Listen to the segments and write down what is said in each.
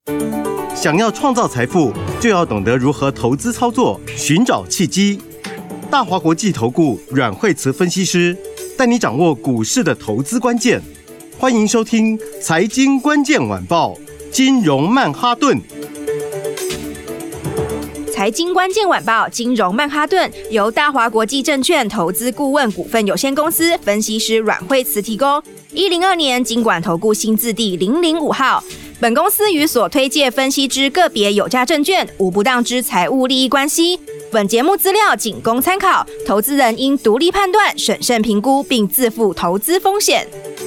想要创造财富，就要懂得如何投资操作，寻找契机。大华国际投顾阮惠慈分析师带你掌握股市的投资关键。欢迎收听《财经关键晚报》金融曼哈顿。 财经关键晚报金融曼哈顿由大华国际证券投资顾问股份有限公司分析师阮惠慈提供。102年金管投顾新字第005号。本公司与所推介分析之个别有价证券无不当之财务利益关系。本节目资料仅供参考，投资人应独立判断、审慎评估，并自负投资风险。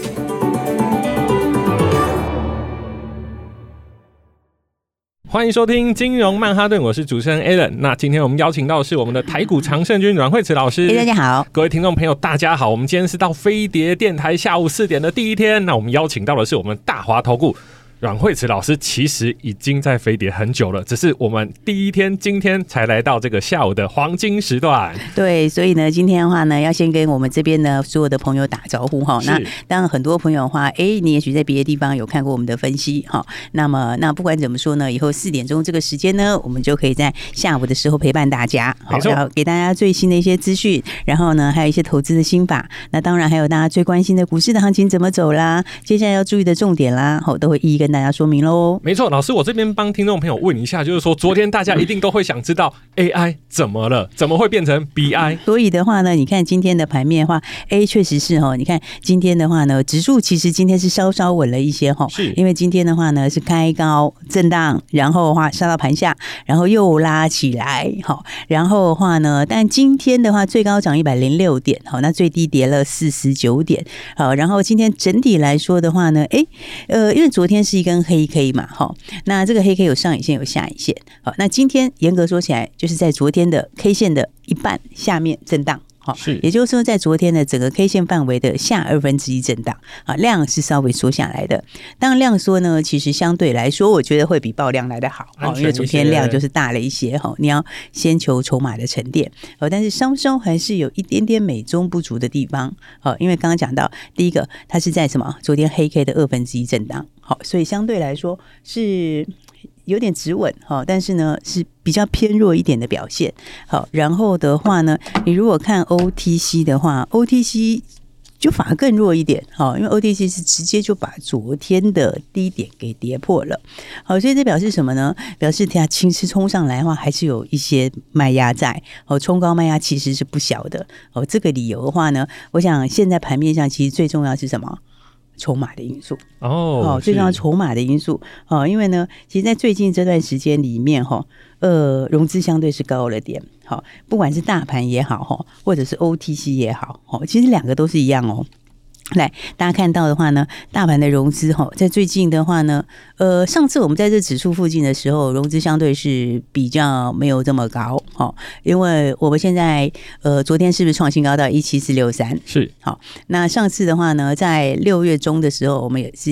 欢迎收听金融曼哈顿，我是主持人 Alan。那今天我们邀请到的是我们的台股常胜军阮惠慈老师。 大家好， 各位听众朋友，大家好。我们今天是到飞碟电台下午4点的第一天。那我们邀请到的是我们大华投顾阮惠慈老师，其实已经在飞碟很久了，只是我们第一天今天才来到这个下午的黄金时段。 对，所以呢，今天的话呢，要先跟我们这边的所有的朋友打招呼哈。那当然，很多朋友的话，你也许在别的地方有看过我们的分析哈。那么，那不管怎么说呢，以后4点钟这个时间呢，我们就可以在下午的时候陪伴大家，好，然后给大家最新的一些资讯，然后呢，还有一些投资的心法。那当然还有大家最关心的股市的行情怎么走啦，接下来要注意的重点啦，好，都会一一跟大家说明喽。 没错，老师，我这边帮听众朋友问一下，就是说昨天大家一定都会想知道 AI 怎么了，怎么会变成 BI？ 所以的话呢，你看今天的盘面的话，确实是你看今天的话呢，指数其实今天是稍稍稳了一些是因为今天的话呢是开高震荡，然后的话杀到盘下，然后又拉起来，然后的话呢，但今天的话最高涨106点，那最低跌了49点，好，然后今天整体来说的话呢，因为昨天是一根黑 K 嘛，那这个黑 K 有上影线有下影线，好，那今天严格说起来，就是在昨天的 K 线的一半下面震荡。也就是说，在昨天的整个 K 线范围的下1/2震荡，量是稍微缩下来的。当然量缩呢，其实相对来说，我觉得会比爆量来得好，因为昨天量就是大了一些，你要先求筹码的沉淀，但是稍稍还是有一点点美中不足的地方，因为刚刚讲到第一个，它是在什么？昨天黑 K 的1/2震荡，所以相对来说是有点止稳，但是呢是比较偏弱一点的表现。好，然后的话呢，你如果看 OTC 的话 ，OTC 就反而更弱一点，因为 OTC 是直接就把昨天的低点给跌破了。好，所以这表示什么呢？表示它其实冲上来的话，还是有一些卖压在，冲高卖压其实是不小的。这个理由的话呢，我想现在盘面上其实最重要是什么？筹码的因素最重要筹码的因素因为呢，其实在最近这段时间里面融资相对是高了点，不管是大盘也好或者是 OTC 也好其实两个都是一样来，大家看到的话呢，大盘的融资在最近的话呢，上次我们在这指数附近的时候，融资相对是比较没有这么高因为我们现在昨天是不是创新高到17463？是，好，那上次的话呢，在6月中的时候，我们也是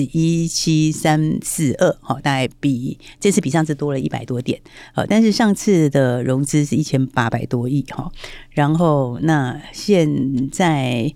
17342，大概这次比上次多了100多点，但是上次的融资是1800多亿然后那现在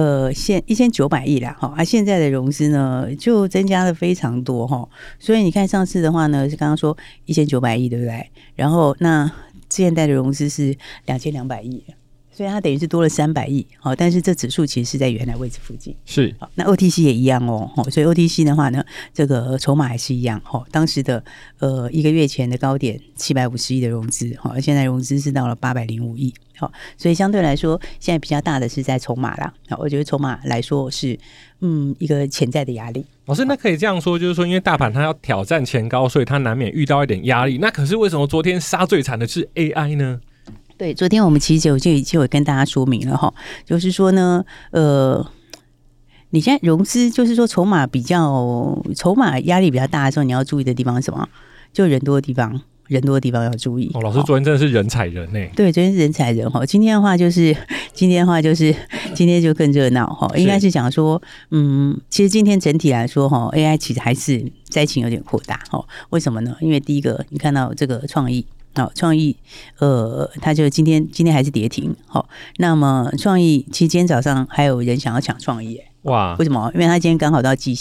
1900亿啦现在的融资呢就增加了非常多所以你看上次的话呢是刚刚说1900亿对不对？然后那现在的融资是2200亿，所以它等于是多了300亿，但是这指数其实是在原来位置附近。是，那 OTC 也一样所以 OTC 的话呢，这个筹码还是一样当时的1个月前的高点750亿的融资现在融资是到了805亿所以相对来说，现在比较大的是在筹码啦。我觉得筹码来说是一个潜在的压力。 老师，那可以这样说，就是说，因为大盘它要挑战前高，所以它难免遇到一点压力。那可是为什么昨天杀最惨的是 AI 呢？ 对，昨天我们其实就已经有跟大家说明了就是说呢，你现在融资就是说筹码压力比较大的时候，你要注意的地方是什么？就人多的地方要注意。 老师昨天真的是人踩人欸。 对，昨天是人踩人今天的话就是今天就更热闹应该是讲说其实今天整体来说AI 其实还是灾情有点扩大为什么呢？因为第一个你看到这个创意它就今天还是跌停那么创意其实今天早上还有人想要抢创意哇，为什么？因为它今天刚好到季线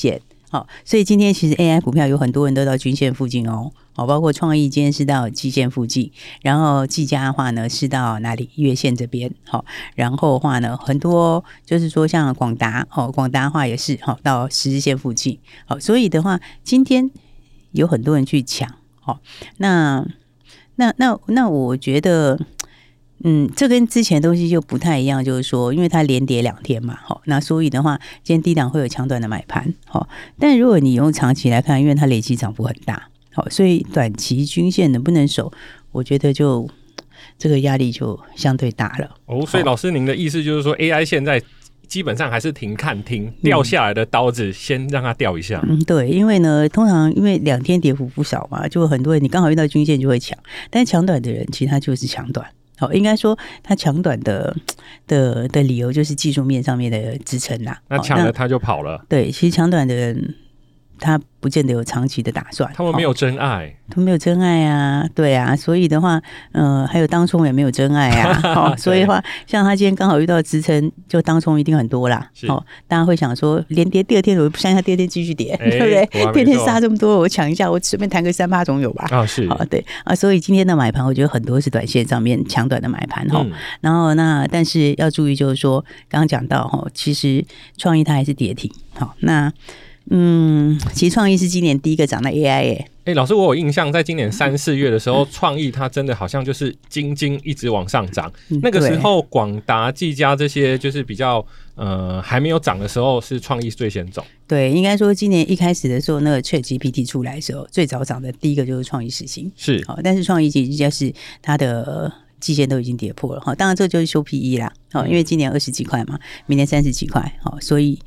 好，所以今天其实 AI 股票有很多人都到均线附近哦，包括创意今天是到季线附近，然后技嘉的话呢是到哪里月线这边，好，然后的话呢很多就是说像广达的话也是好到10日线附近，好，所以的话今天有很多人去抢，好，那我觉得。这跟之前的东西就不太一样，就是说，因为它连跌2天嘛，好，那所以的话，今天低档会有强短的买盘，好，但如果你用长期来看，因为它累积涨幅很大，好，所以短期均线能不能守，我觉得就这个压力就相对大了。 所以老师您的意思就是说 ，AI 现在基本上还是停看听，掉下来的刀子先让它掉一下。 对，因为呢，通常因为2天跌幅不少嘛，就很多人你刚好遇到均线就会抢，但是抢短的人其实他就是抢短。好，应该说它抢短的理由就是技术面上面的支撑啦。 那抢了它就跑了。 对，其实抢短的人他不见得有长期的打算， 他们没有真爱， 他们没有真爱啊，对啊，所以的话，还有当冲也没有真爱啊，所以的话，像他今天刚好遇到支撑，就当冲一定很多啦，大家会想说，连跌第2天，我不相信他第2天继续跌，对不对？第2天杀这么多，我抢一下，我随便弹个3%总有吧？ 是， 对啊，所以今天的买盘，我觉得很多是短线上面抢短的买盘然后但是要注意，就是说刚刚讲到其实创意它还是跌停，好，那。其实创意是今年第一个涨的 AI 老师，我有印象，在今年3、4月的时候，创意它真的好像就是金一直往上涨。那个时候，广达、技嘉这些就是比较还没有涨的时候，是创意最先走。 对，应该说今年一开始的时候，那个 ChatGPT 出来的时候，最早涨的第一个就是创意实行。 是， 但是创意其实就是它的。季线都已经跌破了，当然这就是修 PE 啦，因为今年20几块嘛，明年30几块，所以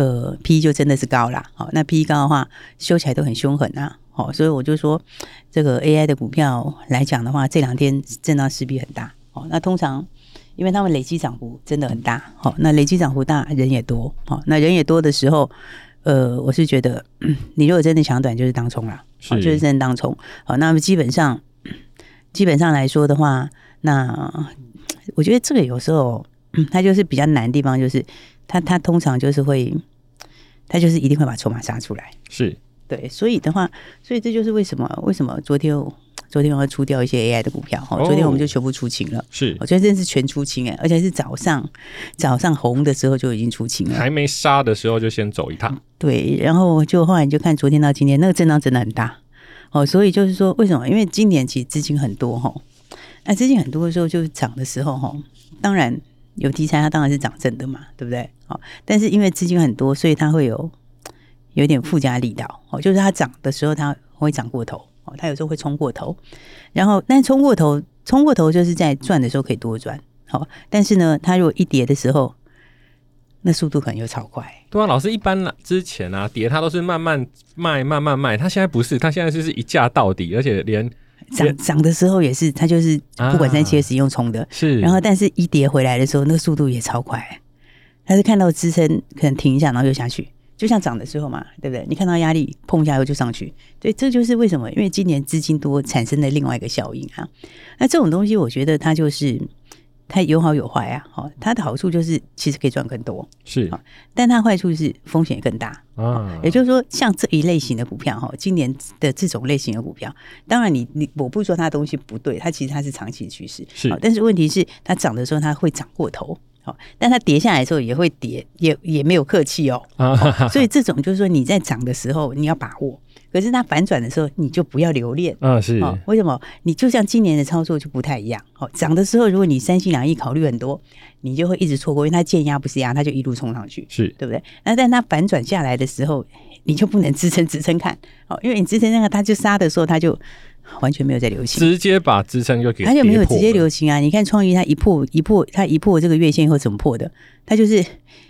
PE 就真的是高啦，那 PE 高的话修起来都很凶狠啊，所以我就说这个 AI 的股票来讲的话，这2天震荡势必很大，那通常因为他们累积涨幅真的很大，那累积涨幅大人也多，那人也多的时候我是觉得你如果真的抢短就是当冲啦，就是真的当冲，那么基本上来说的话，那我觉得这个有时候它就是比较难的地方，就是它通常就是会，它就是一定会把筹码杀出来， 是对，所以的话，所以这就是为什么昨天我要出掉一些 AI 的股票，昨天我们就全部出清了， 是， 我觉得真是全出清而且是早上红的时候就已经出清了， 还没杀的时候就先走一趟， 对，然后就后来你就看昨天到今天那个震荡真的很大，所以就是说为什么？因为今年其实资金很多那资金很多的时候，就是涨的时候当然有题材，它当然是涨正的嘛，对不对？但是因为资金很多，所以它会有点附加力道，就是它涨的时候它会涨过头，它有时候会冲过头，然后但冲过头就是在赚的时候可以多赚，但是呢，它如果一跌的时候，那速度可能又超快。 对啊，老师一般之前跌它都是慢慢卖，它现在不是，它现在就是一价到底，而且连涨的时候也是，它就是不管370用冲的， 是， 然后但是一跌回来的时候，那个速度也超快，它是看到支撑可能停一下，然后又下去，就像涨的时候嘛，对不对？你看到压力碰一下又就上去，对，这就是为什么，因为今年资金多产生的另外一个效应啊。那这种东西，我觉得它就是它有好有坏啊。它的好处就是其实可以赚更多， 是， 但它坏处是风险更大啊。也就是说，像这一类型的股票今年的这种类型的股票，当然我不说它的东西不对，它其实它是长期的趋势， 是， 但是问题是它涨的时候它会涨过头。但它跌下来的时候也会跌，也没有客气所以这种就是说你在涨的时候你要把握，可是它反转的时候你就不要留恋是为什么？你就像今年的操作就不太一样涨的时候如果你三心两意考虑很多，你就会一直错过，因为它见压不是压，它就一路冲上去， 是对不对？但它反转下来的时候你就不能支撑看因为你支撑那个它就杀的时候它就完全没有在流行， 直接把支撑就给， 它就没有直接流行啊！你看创意，它一破这个月线以后怎么破的？它就是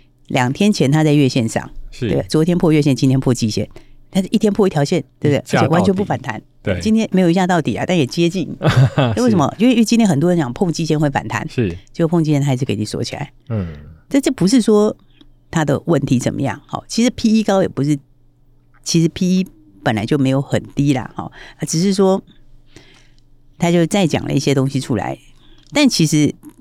2天前它在月线上，对，昨天破月线，今天破季线，它是一天破一条线，对不对？而且完全不反弹。 对， 今天没有一下到底啊，但也接近。为什么？因为今天很多人讲碰季线会反弹， 是， 结果碰季线它还是给你锁起来。这不是说它的问题怎么样？其实 PE 高也不是，其实 PE 本来就没有很低啦，只是说他就再讲了一些东西出来，但其实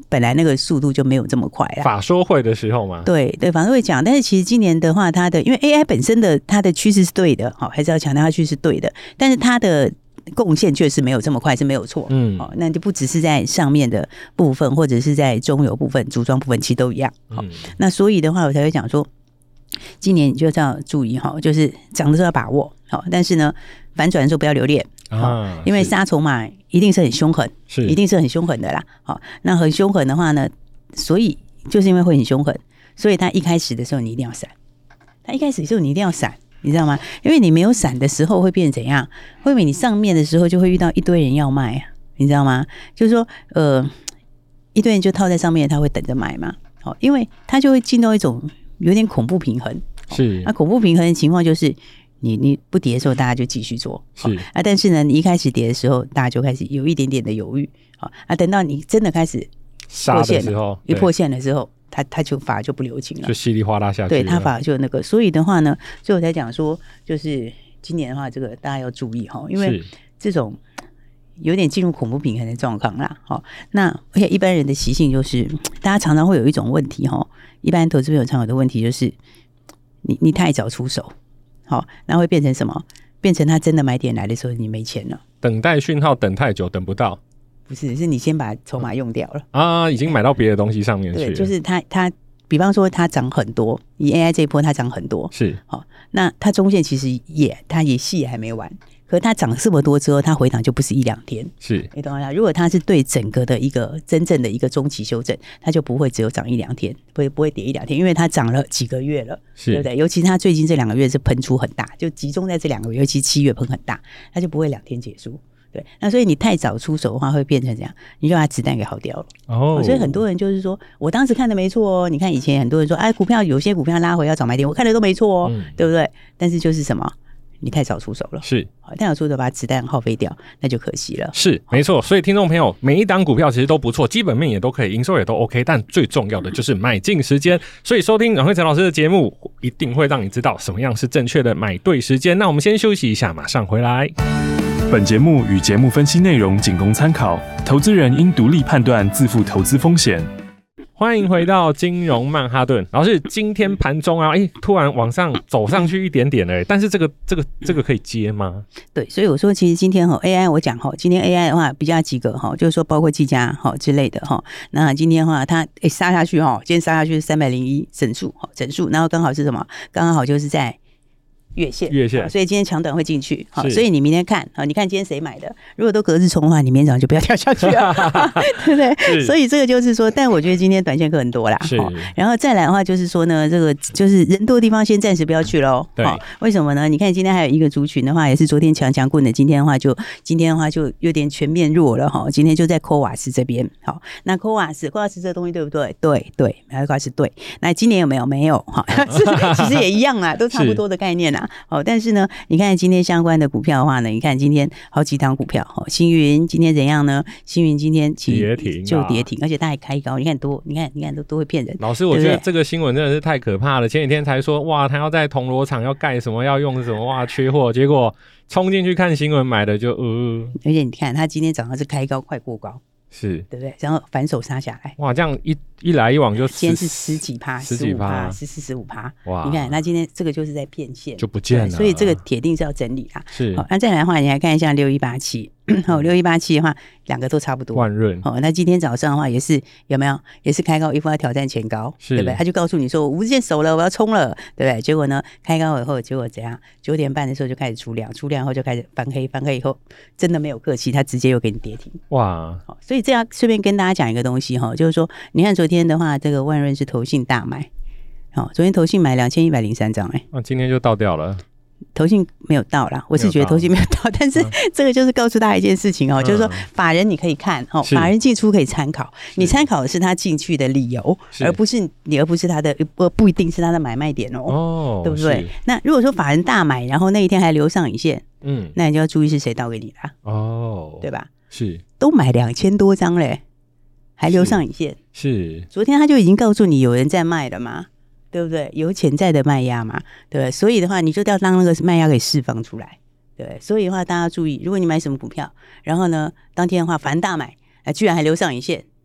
本来那个速度就没有这么快啦。 法说会的时候嘛， 对，法说会讲，但是其实今年的话，它的因为 AI 本身的它的趋势是对的，好，还是要强调它趋势是对的，但是它的贡献确实没有这么快，是没有错。那就不只是在上面的部分，或者是在中游部分、组装部分，其实都一样。那所以的话，我才会讲说，今年你就要注意哈，就是涨的时候要把握，好，但是呢，反转的时候不要留恋啊，因为杀筹码一定是很凶狠，一定是很凶狠的啦。好，那很凶狠的话呢，所以就是因为会很凶狠，所以它一开始的时候你一定要闪，它一开始的时候你一定要闪。你知道吗？因为你没有闪的时候会变成怎样？会比你上面的时候就会遇到一堆人要卖啊，你知道吗？就是说，一堆人就套在上面，他会等着买嘛。好，因为他就会进到一种有点恐怖平衡。 是， 那恐怖平衡的情况就是你不跌的时候，大家就继续做。 是啊，但是呢，你一开始跌的时候，大家就开始有一点点的犹豫。好啊，等到你真的开始破线的时候， 一破线的时候。他就反而就不留情了， 就稀里哗啦下去。 对，他反而就那个，所以的话呢，所以我才讲说，就是今年的话，这个大家要注意哈，因为这种有点进入恐怖平衡的状况啦。好，那而且一般人的习性就是，大家常常会有一种问题哈，一般投资朋友常有的问题就是，你太早出手，好，那会变成什么？变成他真的买点来的时候，你没钱了， 等待讯号等太久，等不到。 不是，是你先把筹码用掉了啊，已经买到别的东西上面去了。 对，就是它，比方说它涨很多，以 AI 这一波它涨很多， 是好，那它中线其实它也戏也还没完，可是它涨这么多之后，它回档就不是一两天， 是你懂吗？如果它是对整个的一个真正的一个中期修正，它就不会只有涨一两天，不会跌一两天，因为它涨了几个月了，对不对？尤其它最近这2个月是喷出很大，就集中在这2个月，尤其7月喷很大，它就不会2天结束。对，那所以你太早出手的话，会变成这样，你就把子弹给耗掉了。所以很多人就是说，我当时看的没错哦。你看以前很多人说，哎，股票有些股票拉回要找买点，我看的都没错哦，对不对？但是就是什么，你太早出手了， 是太早出手把子弹耗费掉，那就可惜了。 是没错，所以听众朋友，每一档股票其实都不错，基本面也都可以，营收也都 OK， 但最重要的就是买进时间。所以收听阮慧慈老师的节目，一定会让你知道什么样是正确的买对时间。那我们先休息一下，马上回来。 本节目与节目分析内容仅供参考，投资人应独立判断，自负投资风险。 欢迎回到金融曼哈顿。老师，今天盘中啊，突然往上走上去一点点了，但是这个可以接吗？ 对，所以我说其实今天AI 我讲今天 AI 的话比较几个就是说包括技嘉之类的那今天的话它杀下去今天杀下去是301整数，然后刚好是什么？刚好就是在月线，所以今天强短会进去，所以你明天看，你看今天谁买的，如果都隔日冲的话，你明天早上就不要跳下去了，对不对？所以这个就是说，但我觉得今天短线客很多啦，然后再来的话就是说呢，这个就是人多的地方先暂时不要去喽，为什么呢？你看今天还有一个族群的话，也是昨天强棍的，今天的话就有点全面弱了今天就在CoWAS这边，好，那CoWAS 这东西对不对？对，CoWAS对，那今年有没有？没有，其实也一样啦，都差不多的概念啦。但是呢，你看今天相关的股票的话呢，你看今天好几档股票，星云今天怎样呢？星云今天跌停， 就跌停，而且它还开高，你看都会骗人。 老师，我觉得这个新闻真的是太可怕了。前几天才说哇，他要在铜锣厂要盖什么，要用什么，哇，缺货，结果冲进去看新闻买的就而且你看他今天早上是开高快过高。 是， 对不对？然后反手杀下来， 哇，这样一来一往就今天是10几%、15%、14、15%，哇！你看，那今天这个就是在骗线， 就不见了， 所以这个铁定是要整理啦。 是， 好，那再来的话，你来看一下6187， 6187的话，两个都差不多。 万润， 那今天早上的话也是有没有？也是开高一副要挑战前高，对不对？他就告诉你说我无日线守了，我要冲了，对不对？结果呢，开高以后，结果怎样？9点半的时候就开始出量，出量后就开始翻黑，翻黑以后真的没有客气，他直接又给你跌停。 哇！ 所以这样顺便跟大家讲一个东西就是说，你看昨天的话，这个万润是投信大买，昨天投信买2103张， 今天就倒掉了。 投信没有到啦，我是觉得投信没有到，但是这个就是告诉大家一件事情就是说法人你可以看法人进出可以参考，你参考的是他进去的理由，而不是他的不一定是他的买卖点对不对？那如果说法人大买，然后那一天还留上影线，那你就要注意是谁倒给你的对吧？ 是都买2000多张嘞，还留上影线， 是昨天他就已经告诉你有人在卖了嘛，对不对？有潜在的卖压嘛，对不对？所以的话，你就要让那个卖压给释放出来，对不对？所以的话，大家注意，如果你买什么股票，然后呢，当天的话反大买，居然还留上影线，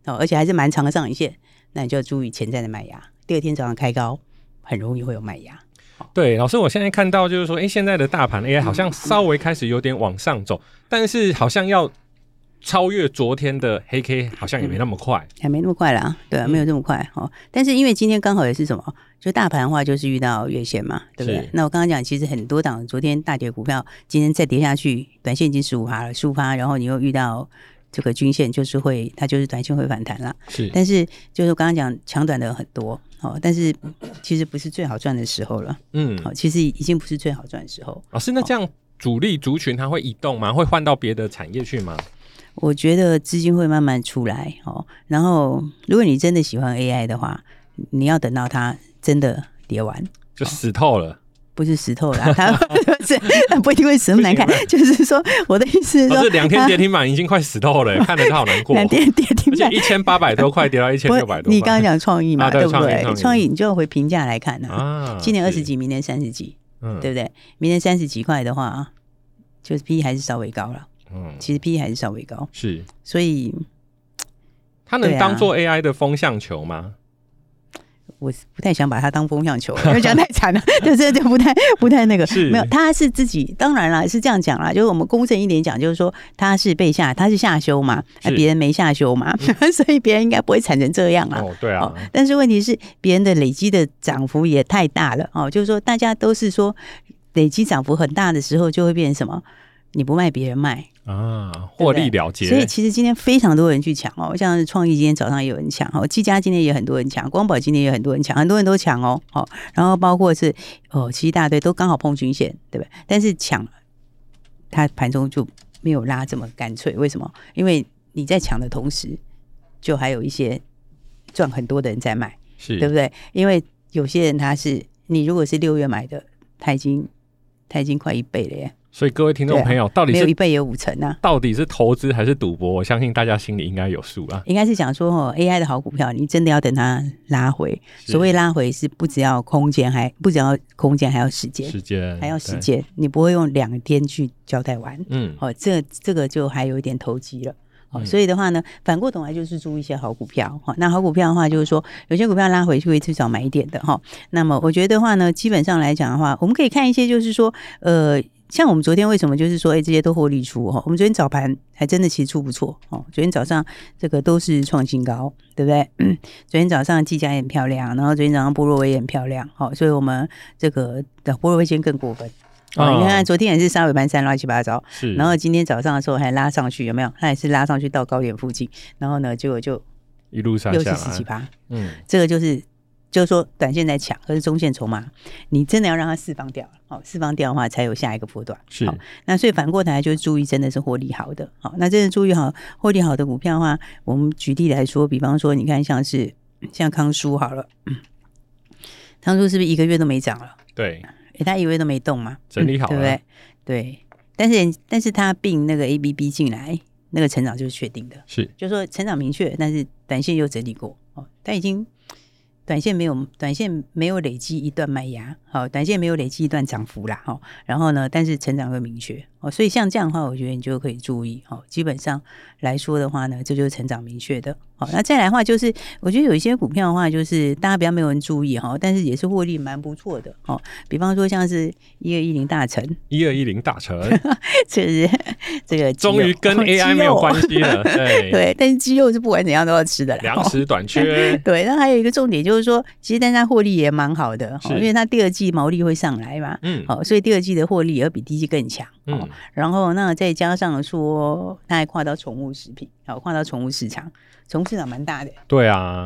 而且还是蛮长的上影线，那你就要注意潜在的卖压。第二天早上开高，很容易会有卖压。 对，老师，我现在看到就是说，现在的大盘 AI 好像稍微开始有点往上走，但是好像要超越昨天的黑 K 好像也没那么快， 还没那么快啦，对啊，没有这么快但是因为今天刚好也是什么，就大盘的话就是遇到月线嘛，对不对？那我刚刚讲，其实很多档昨天大跌股票，今天再跌下去，短线已经15%了，15%，然后你又遇到这个均线，就是它就是短线会反弹啦。 是， 但是就是我刚刚讲强短的很多但是其实不是最好赚的时候了。其实已经不是最好赚的时候。 老师，那这样主力族群它会移动吗？会换到别的产业去吗？ 我觉得资金会慢慢出来然后如果你真的喜欢 AI 的话，你要等到它真的跌完， 就死透了。 不是死透了，它不一定会死那么难看。就是说，我的意思是说， 这2天跌停板已经快死透了，看得好难过。 2天跌停板， 而且1800多块跌到1600多块。 你刚刚讲创意嘛，对不对？创意你就回评价来看今年20几，明年30几，对不对？明年30几块的话，就是 P 还是稍微高了。其实 P 还是稍微高， 是， 所以它能当做 AI 的风向球吗？ 我不太想把它当风向球，因为这样太惨了，就是就不太那个。没有，他是自己，当然啦，是这样讲啦，就是我们公正一点讲，就是说他是下修嘛，别人没下修嘛，所以别人应该不会惨成这样啦。 对啊。 但是问题是，别人的累积的涨幅也太大了就是说大家都是说累积涨幅很大的时候，就会变成什么？你不卖，别人卖获利了结。 所以其实今天非常多人去抢像是创意今天早上也有人抢技嘉今天也很多人抢，光宝今天也有很多人抢，很多人都抢然后包括是其实一大堆都刚好碰均线，对不对？但是抢它盘中就没有拉这么干脆，为什么？因为你在抢的同时，就还有一些赚很多的人在卖，对不对？因为有些人你如果是6月买的，他已经快1倍了耶。 所以各位听众朋友，到底是没有1倍也有5成啊？到底是投资还是赌博？我相信大家心里应该有数啦。 应该是讲说AI 的好股票，你真的要等它拉回。所谓拉回是不只要空间，还要时间，还要时间。你不会用2天去交代完。这个就还有一点投机了。所以的话呢，反过头来就是注意一些好股票。那好股票的话，就是说有些股票拉回去会至少买一点的那么我觉得的话呢，基本上来讲的话，我们可以看一些就是说像我们昨天为什么就是说这些都获利出我们昨天早盘还真的其实出不错昨天早上这个都是创新高，对不对？昨天早上技嘉也很漂亮，然后昨天早上波若威也很漂亮所以我们这个波若威今天更过分你看看昨天也是杀尾盘3乱七八糟，然后今天早上的时候还拉上去，有没有？它也是拉上去到高点附近，然后呢结果就一路上又是17%这个就是说短线在抢，可是中线筹码你真的要让它释放掉释放掉的话才有下一个波段。那所以反过来就是注意真的是获利好的那真的注意获利好的股票的话，我们举例来说，比方说你看像康舒好了，康舒是不是1个月都没涨了？ 对， 它1个月都没动嘛， 整理好了， 对不对？对，但是它并那个 ABB 进来，那个成长就是确定的，就是说成长明确，但是短线又整理过它已经短线没有累积一段卖压短线没有累积一段涨幅啦然后呢，但是成长会明确所以像这样的话，我觉得你就可以注意基本上来说的话呢，这就是成长明确的那再来的话，就是我觉得有一些股票的话，就是大家比较没有人注意但是也是获利蛮不错的比方说像是1210大成 ，1210大成这个终于跟 AI 没有关系了对，但是鸡肉是不管怎样都要吃的啦， 粮食短缺对，那还有一个重点就是说，其实但它获利也蛮好的因为它第2季毛利会上来嘛所以第2季的获利也会比第1季更强然后那再加上说它还跨到宠物食品跨到宠物市场，宠物市场蛮大的。对啊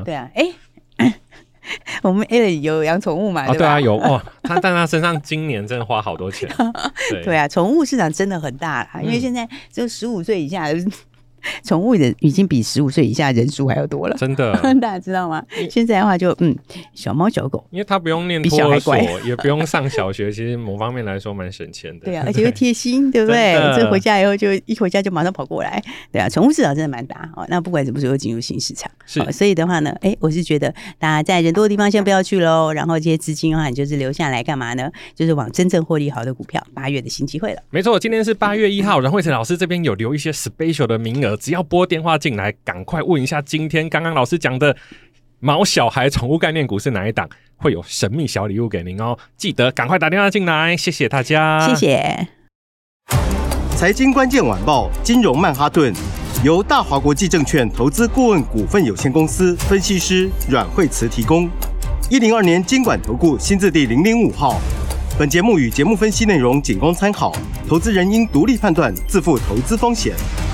我们 A 有养宠物嘛？ 对啊，有但他身上今年真的花好多钱。 对啊，宠物市场真的很大啦，因为现在只有15岁以下的宠物的已经比15岁以下人数还要多了， 真的， 大家知道吗？现在的话就小猫小狗， 因为他不用念托儿所，也不用上小学，其实某方面来说蛮省钱的。 对啊，而且又贴心，对不对？这回家以后一回家就马上跑过来。对啊，宠物市场真的蛮大那不管怎么说，又进入新市场，所以的话呢，我是觉得大家在人多的地方先不要去喽，然后这些资金的话，你就是留下来干嘛呢？就是往真正获利好的股票，8月的新机会了。 没错，今天是8月1号，阮慧慈老师这边有留一些 special 的名额。 只要拨电话进来，赶快问一下今天刚刚老师讲的毛小孩宠物概念股是哪一档，会有神秘小礼物给您哦。记得赶快打电话进来，谢谢大家， 谢谢。 财经关键晚报金融曼哈顿由大华国际证券投资顾问股份有限公司分析师阮惠慈提供。102年金管投顾新字第005号。本节目与节目分析内容仅供参考，投资人应独立判断，自负投资风险。